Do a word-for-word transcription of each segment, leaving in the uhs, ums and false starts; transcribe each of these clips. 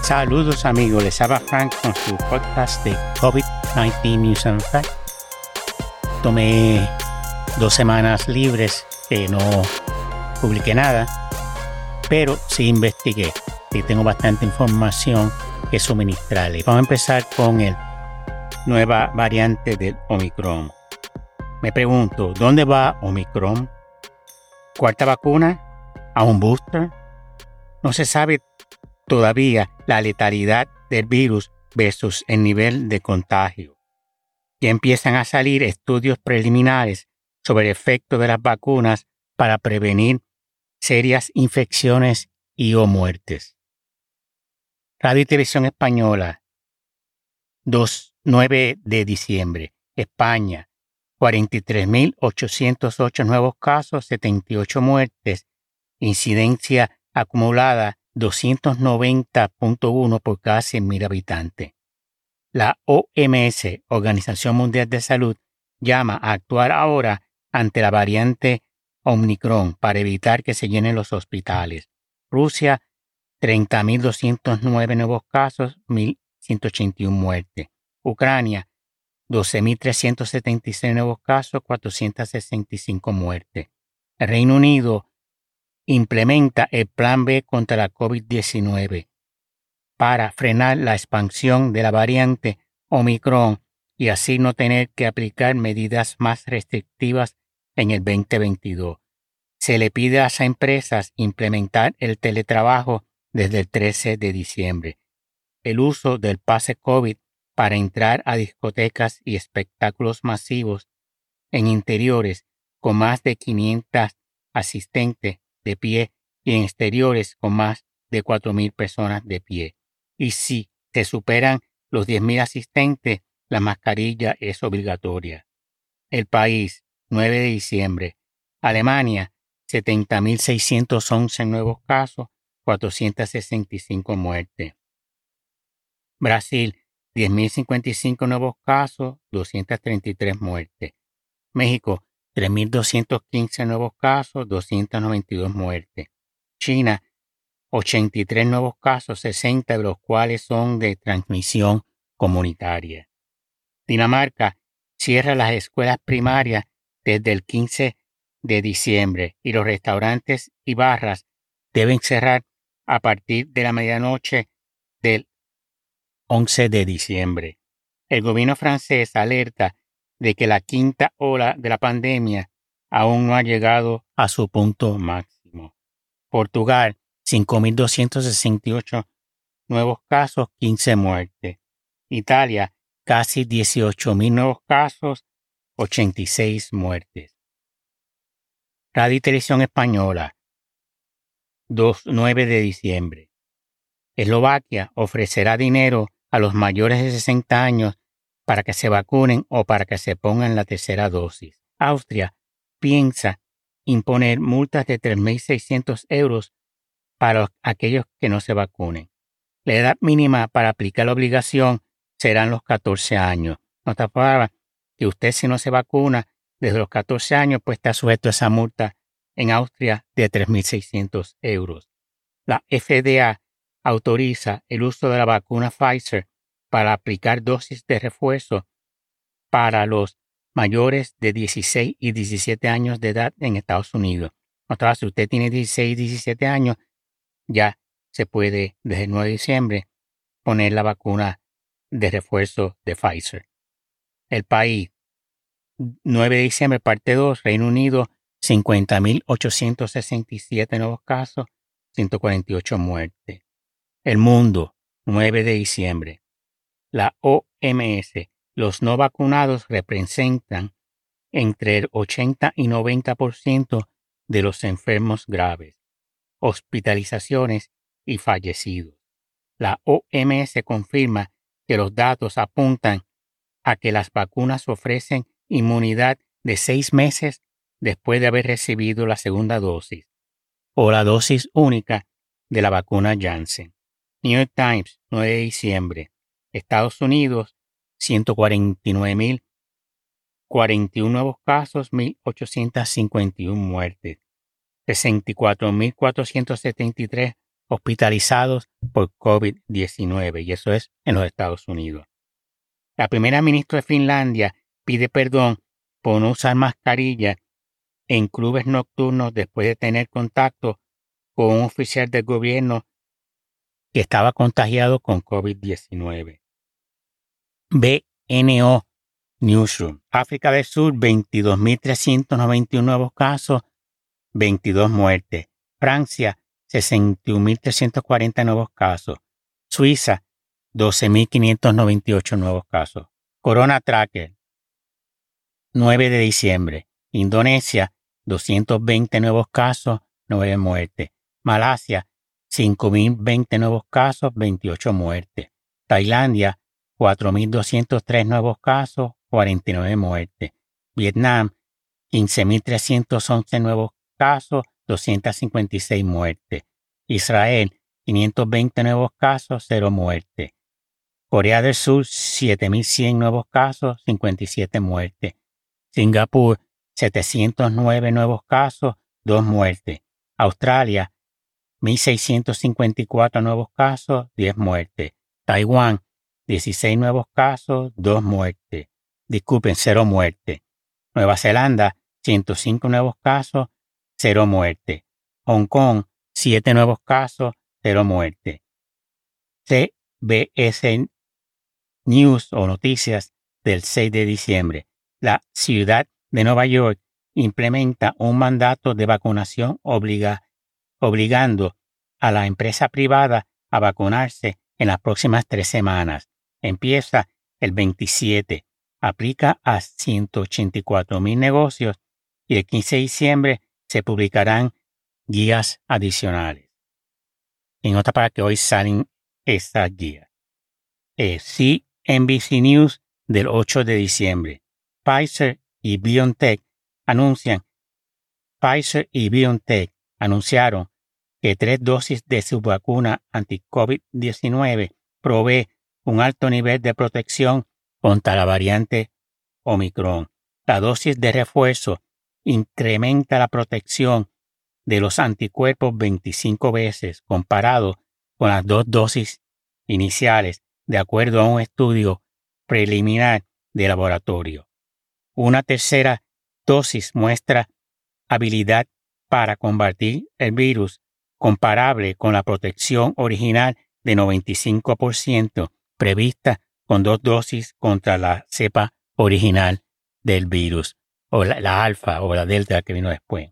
Saludos amigos, les habla Frank con su podcast de COVID diecinueve News and Facts. Tomé dos semanas libres que no publiqué nada, pero sí investigué y tengo bastante información que suministrarles. Vamos a empezar con la nueva variante del Omicron. Me pregunto, ¿dónde va Omicron? ¿Cuarta vacuna? ¿A un booster? No se sabe todavía la letalidad del virus versus el nivel de contagio. Ya empiezan a salir estudios preliminares sobre el efecto de las vacunas para prevenir serias infecciones y o muertes. Radio y Televisión Española, nueve de diciembre, España, cuarenta y tres mil ochocientos ocho nuevos casos, setenta y ocho muertes, incidencia acumulada doscientos noventa punto uno por cada cien mil habitantes. La O M S, Organización Mundial de Salud, llama a actuar ahora ante la variante Omicron para evitar que se llenen los hospitales. Rusia, treinta mil doscientos nueve nuevos casos, mil ciento ochenta y uno muertes. Ucrania, doce mil trescientos setenta y seis nuevos casos, cuatrocientos sesenta y cinco muertes. El Reino Unido implementa el Plan B contra la COVID diecinueve para frenar la expansión de la variante Omicron y así no tener que aplicar medidas más restrictivas en el veinte veintidós. Se le pide a las empresas implementar el teletrabajo desde el trece de diciembre. El uso del pase COVID para entrar a discotecas y espectáculos masivos en interiores con más de quinientos asistentes de pie y en exteriores con más de cuatro mil personas de pie. Y si se superan los diez mil asistentes, la mascarilla es obligatoria. El país, nueve de diciembre. Alemania, setenta mil seiscientos once nuevos casos, cuatrocientos sesenta y cinco muertes. Brasil, diez mil cincuenta y cinco nuevos casos, doscientos treinta y tres muertes. México, tres mil doscientos quince nuevos casos, doscientos noventa y dos muertes. China, ochenta y tres nuevos casos, sesenta de los cuales son de transmisión comunitaria. Dinamarca cierra las escuelas primarias desde el quince de diciembre y los restaurantes y barras deben cerrar a partir de la medianoche del once de diciembre. El gobierno francés alerta de que la quinta ola de la pandemia aún no ha llegado a su punto máximo. Portugal, cinco mil doscientos sesenta y ocho nuevos casos, quince muertes. Italia, casi dieciocho mil nuevos casos, ochenta y seis muertes. Radio y Televisión Española, nueve de diciembre. Eslovaquia ofrecerá dinero a los mayores de sesenta años para que se vacunen o para que se pongan la tercera dosis. Austria piensa imponer multas de tres mil seiscientos euros para aquellos que no se vacunen. La edad mínima para aplicar la obligación serán los catorce años. Nota para que usted, si no se vacuna desde los catorce años, pues está sujeto a esa multa en Austria de tres mil seiscientos euros. La F D A autoriza el uso de la vacuna Pfizer para aplicar dosis de refuerzo para los mayores de dieciséis y diecisiete años de edad en Estados Unidos. Nota, si usted tiene dieciséis y diecisiete años, ya se puede, desde el nueve de diciembre, poner la vacuna de refuerzo de Pfizer. El país, nueve de diciembre, parte dos, Reino Unido, cincuenta mil ochocientos sesenta y siete nuevos casos, ciento cuarenta y ocho muertes. El mundo, nueve de diciembre. La O M S, los no vacunados representan entre el ochenta y noventa por ciento de los enfermos graves, hospitalizaciones y fallecidos. La O M S confirma que los datos apuntan a que las vacunas ofrecen inmunidad de seis meses después de haber recibido la segunda dosis o la dosis única de la vacuna Janssen. New York Times, nueve de diciembre. Estados Unidos, ciento cuarenta y nueve mil cuarenta y uno nuevos casos, mil ochocientos cincuenta y uno muertes. sesenta y cuatro mil cuatrocientos setenta y tres hospitalizados por COVID diecinueve, y eso es en los Estados Unidos. La primera ministra de Finlandia pide perdón por no usar mascarilla en clubes nocturnos después de tener contacto con un oficial del gobierno que estaba contagiado con COVID diecinueve. B N O Newsroom. África del Sur, veintidós mil trescientos noventa y uno nuevos casos, veintidós muertes. Francia, sesenta y un mil trescientos cuarenta nuevos casos. Suiza, doce mil quinientos noventa y ocho nuevos casos. Corona Tracker, nueve de diciembre. Indonesia, doscientos veinte nuevos casos, nueve muertes. Malasia, cinco mil veinte nuevos casos, veintiocho muertes. Tailandia, cuatro mil doscientos tres nuevos casos, cuarenta y nueve muertes. Vietnam, quince mil trescientos once nuevos casos, doscientas cincuenta y seis muertes. Israel, quinientos veinte nuevos casos, cero muertes. Corea del Sur, siete mil cien nuevos casos, cincuenta y siete muertes. Singapur, setecientos nueve nuevos casos, dos muertes. Australia, mil seiscientos cincuenta y cuatro nuevos casos, diez muertes. Taiwán, dieciséis nuevos casos, dos muertes. Disculpen, cero muertes. Nueva Zelanda, ciento cinco nuevos casos, cero muertes. Hong Kong, siete nuevos casos, cero muertes. C B S News o noticias del seis de diciembre. La ciudad de Nueva York implementa un mandato de vacunación obliga, obligando a la empresa privada a vacunarse en las próximas tres semanas. Empieza el veintisiete. Aplica a ciento ochenta y cuatro mil negocios y el quince de diciembre se publicarán guías adicionales. En otra para que hoy salen estas guías. Eh, C N B C News del ocho de diciembre. Pfizer y BioNTech anuncian Pfizer y BioNTech anunciaron que tres dosis de su vacuna anti-COVID diecinueve provee un alto nivel de protección contra la variante Omicron. La dosis de refuerzo incrementa la protección de los anticuerpos veinticinco veces comparado con las dos dosis iniciales, de acuerdo a un estudio preliminar de laboratorio. Una tercera dosis muestra habilidad para combatir el virus comparable con la protección original de noventa y cinco por ciento prevista con dos dosis contra la cepa original del virus, o la, la alfa o la delta que vino después.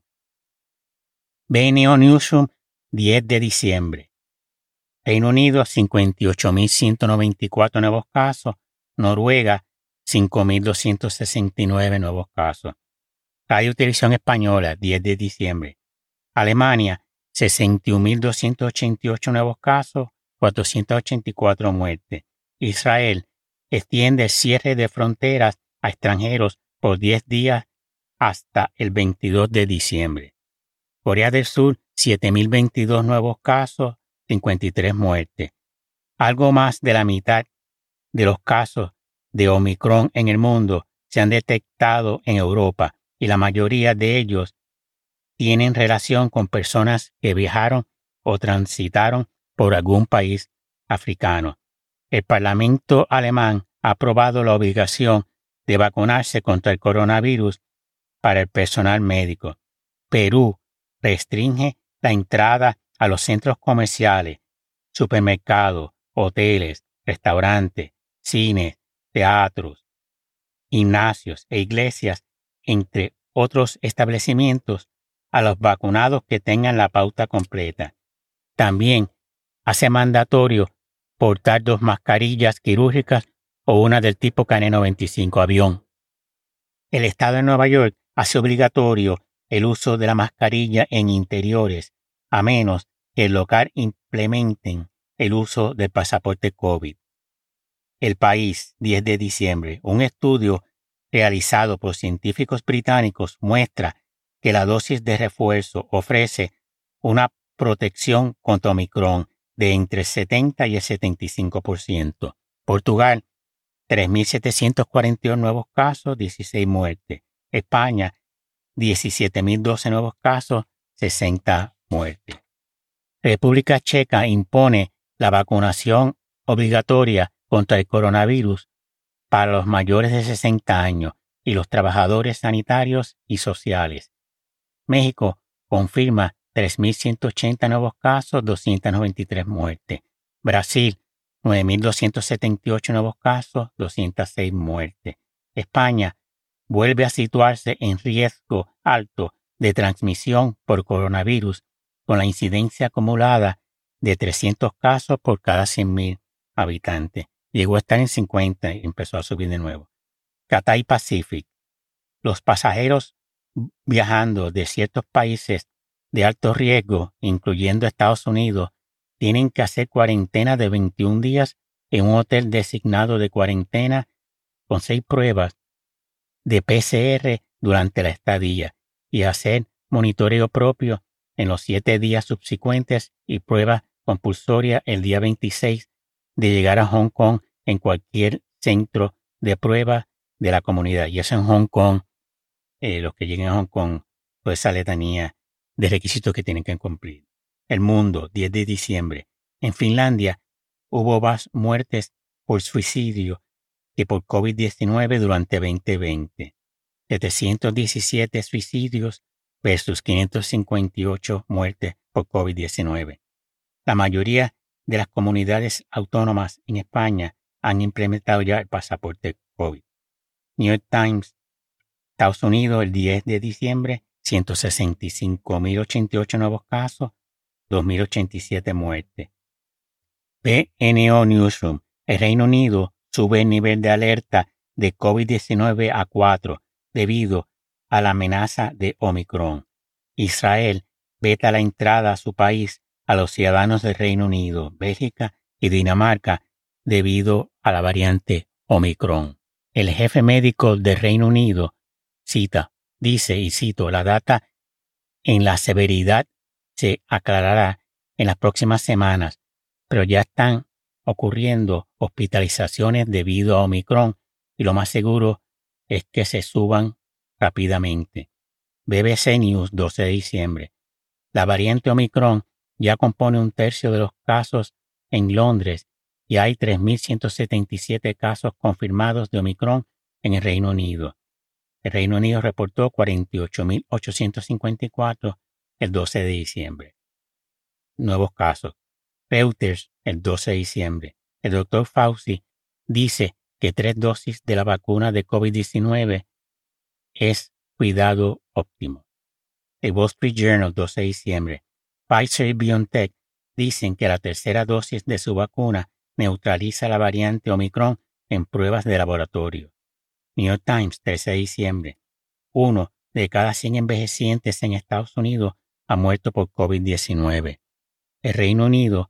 B N O Newsroom, diez de diciembre. Reino Unido, cincuenta y ocho mil ciento noventa y cuatro nuevos casos. Noruega, cinco mil doscientos sesenta y nueve nuevos casos. Radio y Televisión Española, diez de diciembre. Alemania, sesenta y un mil doscientos ochenta y ocho nuevos casos, cuatrocientas ochenta y cuatro muertes. Israel extiende el cierre de fronteras a extranjeros por diez días hasta el veintidós de diciembre. Corea del Sur, siete mil veintidós nuevos casos, cincuenta y tres muertes. Algo más de la mitad de los casos de Omicron en el mundo se han detectado en Europa y la mayoría de ellos tienen relación con personas que viajaron o transitaron por algún país africano. El Parlamento alemán ha aprobado la obligación de vacunarse contra el coronavirus para el personal médico. Perú restringe la entrada a los centros comerciales, supermercados, hoteles, restaurantes, cines, teatros, gimnasios e iglesias, entre otros establecimientos, a los vacunados que tengan la pauta completa. También hace mandatorio portar dos mascarillas quirúrgicas o una del tipo K N noventa y cinco avión. El estado de Nueva York hace obligatorio el uso de la mascarilla en interiores, a menos que el local implementen el uso del pasaporte COVID. El País, diez de diciembre. Un estudio realizado por científicos británicos muestra que la dosis de refuerzo ofrece una protección contra Omicron de entre el setenta y el setenta y cinco por ciento. Portugal, tres mil setecientos cuarenta y uno nuevos casos, dieciséis muertes. España, diecisiete mil doce nuevos casos, sesenta muertes. República Checa impone la vacunación obligatoria contra el coronavirus para los mayores de sesenta años y los trabajadores sanitarios y sociales. México confirma tres mil ciento ochenta nuevos casos, doscientas noventa y tres muertes. Brasil, nueve mil doscientos setenta y ocho nuevos casos, doscientas seis muertes. España vuelve a situarse en riesgo alto de transmisión por coronavirus, con la incidencia acumulada de trescientos casos por cada cien mil habitantes. Llegó a estar en cincuenta y empezó a subir de nuevo. Cathay Pacific. Los pasajeros viajando de ciertos países de alto riesgo, incluyendo Estados Unidos, tienen que hacer cuarentena de veintiún días en un hotel designado de cuarentena con seis pruebas de P C R durante la estadía y hacer monitoreo propio en los siete días subsecuentes y prueba compulsoria el día veintiséis de llegar a Hong Kong en cualquier centro de prueba de la comunidad. Y eso en Hong Kong, eh, los que lleguen a Hong Kong, pues esa letanía de requisitos que tienen que cumplir. El mundo, diez de diciembre. En Finlandia hubo más muertes por suicidio que por COVID diecinueve durante veinte veinte. setecientos diecisiete suicidios versus quinientas cincuenta y ocho muertes por COVID diecinueve. La mayoría de las comunidades autónomas en España han implementado ya el pasaporte COVID. New York Times, Estados Unidos, el diez de diciembre, ciento sesenta y cinco mil ochenta y ocho nuevos casos, dos mil ochenta y siete muertes. P N O Newsroom, el Reino Unido sube el nivel de alerta de COVID diecinueve a cuatro debido a la amenaza de Omicron. Israel veta la entrada a su país a los ciudadanos del Reino Unido, Bélgica y Dinamarca debido a la variante Omicron. El jefe médico del Reino Unido cita, dice, y cito, la data en la severidad se aclarará en las próximas semanas, pero ya están ocurriendo hospitalizaciones debido a Omicron y lo más seguro es que se suban rápidamente. B B C News, doce de diciembre. La variante Omicron ya compone un tercio de los casos en Londres y hay tres mil ciento setenta y siete casos confirmados de Omicron en el Reino Unido. El Reino Unido reportó cuarenta y ocho mil ochocientos cincuenta y cuatro el doce de diciembre. Nuevos casos. Reuters, el doce de diciembre. El doctor Fauci dice que tres dosis de la vacuna de COVID diecinueve es cuidado óptimo. El Wall Street Journal, doce de diciembre. Pfizer y BioNTech dicen que la tercera dosis de su vacuna neutraliza la variante Omicron en pruebas de laboratorio. New York Times, trece de diciembre. Uno de cada cien envejecientes en Estados Unidos ha muerto por COVID diecinueve. El Reino Unido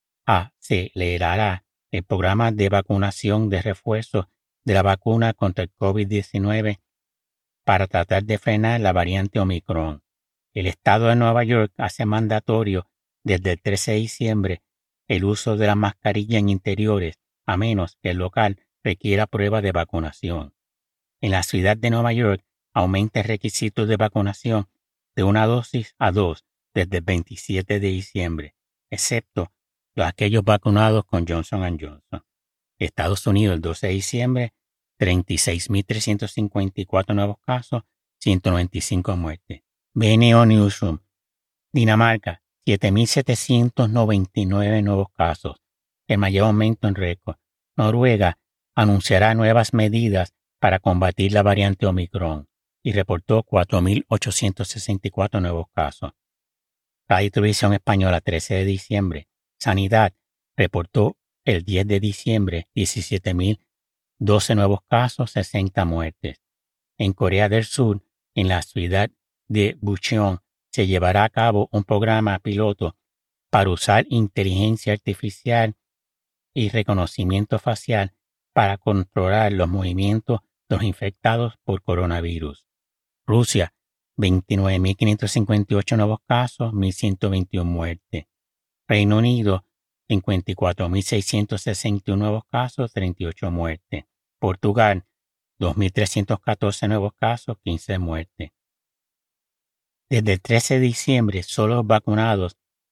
acelerará el programa de vacunación de refuerzo de la vacuna contra el COVID diecinueve para tratar de frenar la variante Omicron. El estado de Nueva York hace mandatorio desde el trece de diciembre el uso de la mascarilla en interiores, a menos que el local requiera prueba de vacunación. En la ciudad de Nueva York aumenta el requisito de vacunación de una dosis a dos desde el veintisiete de diciembre, excepto los aquellos vacunados con Johnson and Johnson. Estados Unidos, el doce de diciembre, treinta y seis mil trescientos cincuenta y cuatro nuevos casos, ciento noventa y cinco muertes. B N O Newsroom. Dinamarca, siete mil setecientos noventa y nueve nuevos casos, el mayor aumento en récord. Noruega anunciará nuevas medidas para combatir la variante Omicron y reportó cuatro mil ochocientos sesenta y cuatro nuevos casos. Radio Televisión Española, trece de diciembre. Sanidad reportó el diez de diciembre diecisiete mil doce nuevos casos, sesenta muertes. En Corea del Sur, en la ciudad de Bucheon, se llevará a cabo un programa piloto para usar inteligencia artificial y reconocimiento facial para controlar los movimientos de los infectados por coronavirus. Rusia, veintinueve mil quinientos cincuenta y ocho nuevos casos, mil ciento veintiuno muertes. Reino Unido, cincuenta y cuatro mil seiscientos sesenta y uno nuevos casos, treinta y ocho muertes. Portugal, dos mil trescientos catorce nuevos casos, quince muertes. Desde el trece de diciembre, solo los vacunados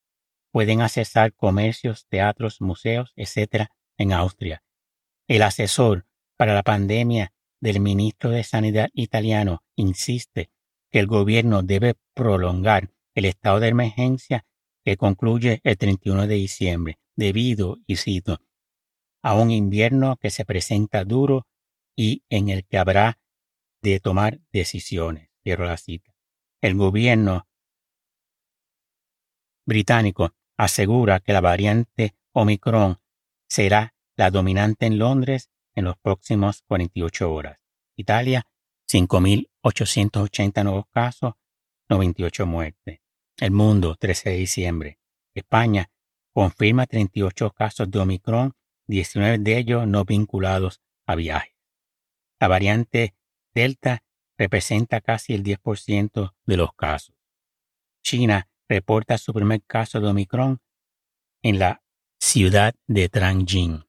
pueden accesar comercios, teatros, museos, etcétera en Austria. El asesor para la pandemia del ministro de Sanidad italiano insiste que el gobierno debe prolongar el estado de emergencia que concluye el treinta y uno de diciembre, debido, y cito, a un invierno que se presenta duro y en el que habrá de tomar decisiones. Cierro la cita. El gobierno británico asegura que la variante Omicron será la dominante en Londres en los próximos cuarenta y ocho horas. Italia, cinco mil ochocientos ochenta nuevos casos, noventa y ocho muertes. El mundo, trece de diciembre. España confirma treinta y ocho casos de Omicron, diecinueve de ellos no vinculados a viajes. La variante Delta representa casi el diez por ciento de los casos. China reporta su primer caso de Omicron en la ciudad de Tianjin.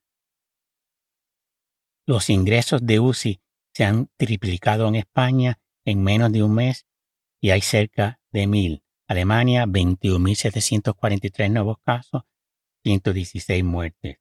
Los ingresos de U C I se han triplicado en España en menos de un mes y hay cerca de mil. Alemania, veintiún mil setecientos cuarenta y tres nuevos casos, ciento dieciséis muertes.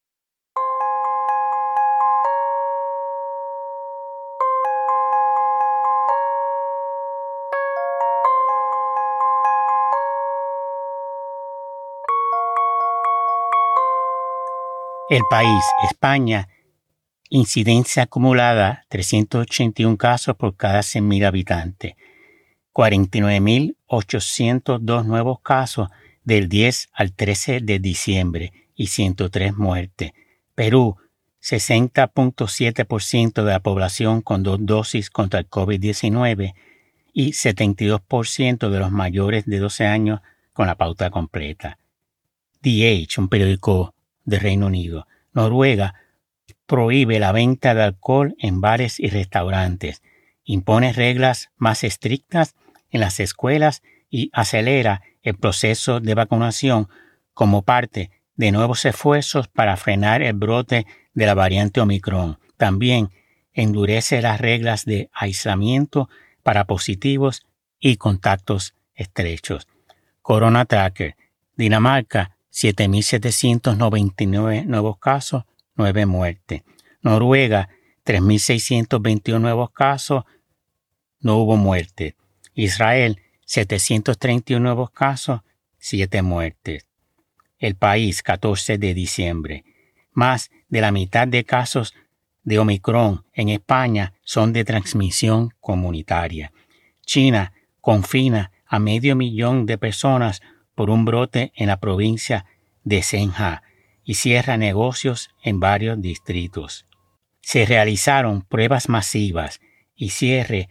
El país, España, incidencia acumulada trescientos ochenta y uno casos por cada cien mil habitantes, cuarenta y nueve mil ochocientos dos nuevos casos del diez al trece de diciembre y ciento tres muertes. Perú, sesenta punto siete por ciento de la población con dos dosis contra el COVID diecinueve y setenta y dos por ciento de los mayores de doce años con la pauta completa. The Age, un periódico de Reino Unido. Noruega prohíbe la venta de alcohol en bares y restaurantes, impone reglas más estrictas en las escuelas y acelera el proceso de vacunación como parte de nuevos esfuerzos para frenar el brote de la variante Omicron. También endurece las reglas de aislamiento para positivos y contactos estrechos. Corona Tracker. Dinamarca, siete mil setecientos noventa y nueve nuevos casos, nueve muertes. Noruega, tres mil seiscientos veintiuno nuevos casos, no hubo muerte. Israel, setecientos treinta y uno nuevos casos, siete muertes. El país, catorce de diciembre. Más de la mitad de casos de Omicron en España son de transmisión comunitaria. China confina a medio millón de personas por un brote en la provincia de Zhejiang y cierra negocios en varios distritos. Se realizaron pruebas masivas y cierre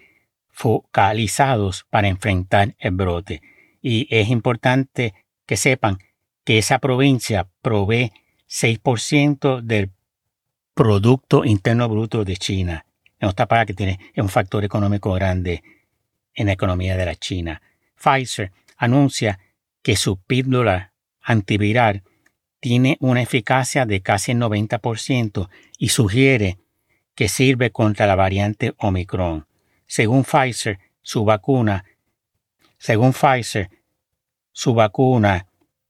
focalizados para enfrentar el brote. Y es importante que sepan que esa provincia provee seis por ciento del Producto Interno Bruto de China. En otra palabra, que tiene un factor económico grande en la economía de la China. Pfizer anuncia que su píldora antiviral tiene una eficacia de casi el noventa por ciento y sugiere que sirve contra la variante Omicron. Según Pfizer, su vacuna, según Pfizer, su vacuna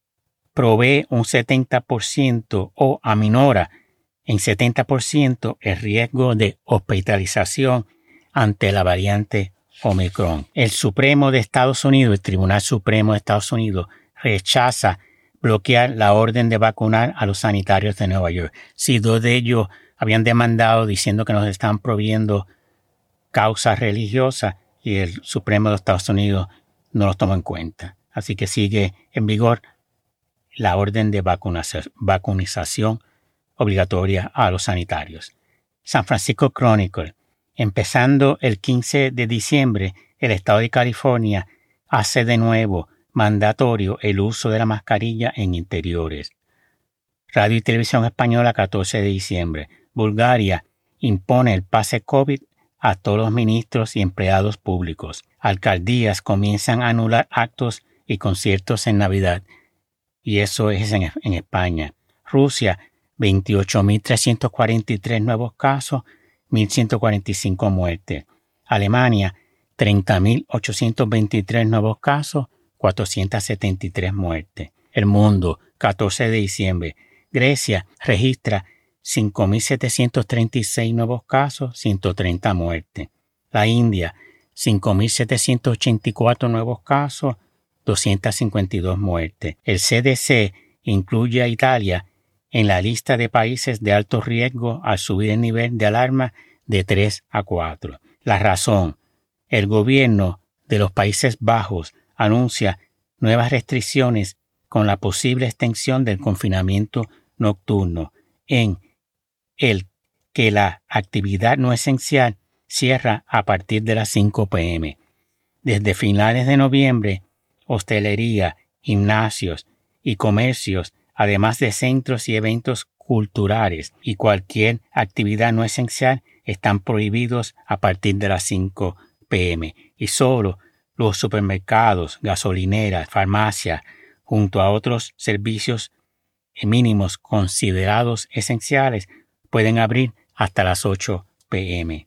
provee un setenta por ciento o aminora en setenta por ciento el riesgo de hospitalización ante la variante Omicron. El Supremo de Estados Unidos, el Tribunal Supremo de Estados Unidos, rechaza bloquear la orden de vacunar a los sanitarios de Nueva York. Si dos de ellos habían demandado diciendo que nos estaban prohibiendo causas religiosas y el Supremo de Estados Unidos no los tomó en cuenta. Así que sigue en vigor la orden de vacunación obligatoria a los sanitarios. San Francisco Chronicle. Empezando el quince de diciembre, el estado de California hace de nuevo mandatorio el uso de la mascarilla en interiores. Radio y Televisión Española, catorce de diciembre. Bulgaria impone el pase COVID a todos los ministros y empleados públicos. Alcaldías comienzan a anular actos y conciertos en Navidad. Y eso es en, en España. Rusia, veintiocho mil trescientos cuarenta y tres nuevos casos, mil ciento cuarenta y cinco muertes. Alemania, treinta mil ochocientos veintitrés nuevos casos, cuatrocientos setenta y tres muertes. El mundo, catorce de diciembre. Grecia registra cinco mil setecientos treinta y seis nuevos casos, ciento treinta muertes. La India, cinco mil setecientos ochenta y cuatro nuevos casos, doscientas cincuenta y dos muertes. El C D C incluye a Italia en la lista de países de alto riesgo al subir el nivel de alarma de tres a cuatro. La razón: el gobierno de los Países Bajos anuncia nuevas restricciones con la posible extensión del confinamiento nocturno, en el que la actividad no esencial cierra a partir de las cinco p m Desde finales de noviembre, hostelería, gimnasios y comercios, además de centros y eventos culturales y cualquier actividad no esencial, están prohibidos a partir de las cinco p m y solo los supermercados, gasolineras, farmacias, junto a otros servicios mínimos considerados esenciales, pueden abrir hasta las ocho p m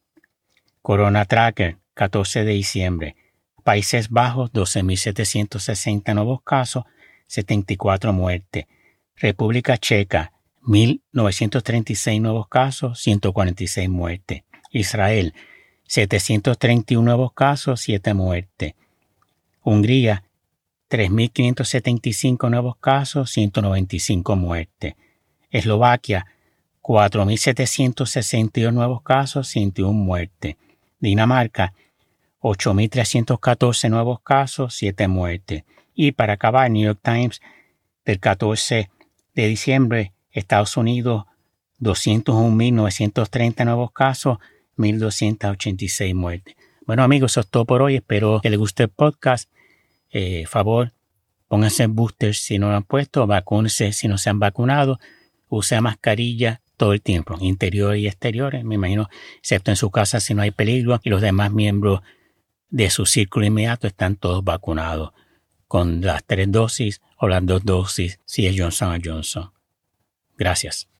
Corona Tracker, catorce de diciembre. Países Bajos, doce mil setecientos sesenta nuevos casos, setenta y cuatro muertes. República Checa, mil novecientos treinta y seis nuevos casos, ciento cuarenta y seis muertes. Israel, setecientos treinta y uno nuevos casos, siete muertes. Hungría, tres mil quinientos setenta y cinco nuevos casos, ciento noventa y cinco muertes. Eslovaquia, cuatro mil setecientos sesenta y dos nuevos casos, ciento uno muertes. Dinamarca, ocho mil trescientos catorce nuevos casos, siete muertes. Y para acabar, New York Times, del catorce de diciembre, Estados Unidos, doscientos un mil novecientos treinta nuevos casos, mil doscientas ochenta y seis muertes. Bueno, amigos, eso es todo por hoy. Espero que les guste el podcast. Eh, favor, pónganse boosters si no lo han puesto, vacúnense si no se han vacunado, use mascarilla todo el tiempo, interior y exteriores, me imagino, excepto en su casa si no hay peligro, y los demás miembros de su círculo inmediato están todos vacunados con las tres dosis o las dos dosis si es Johnson and Johnson. Gracias.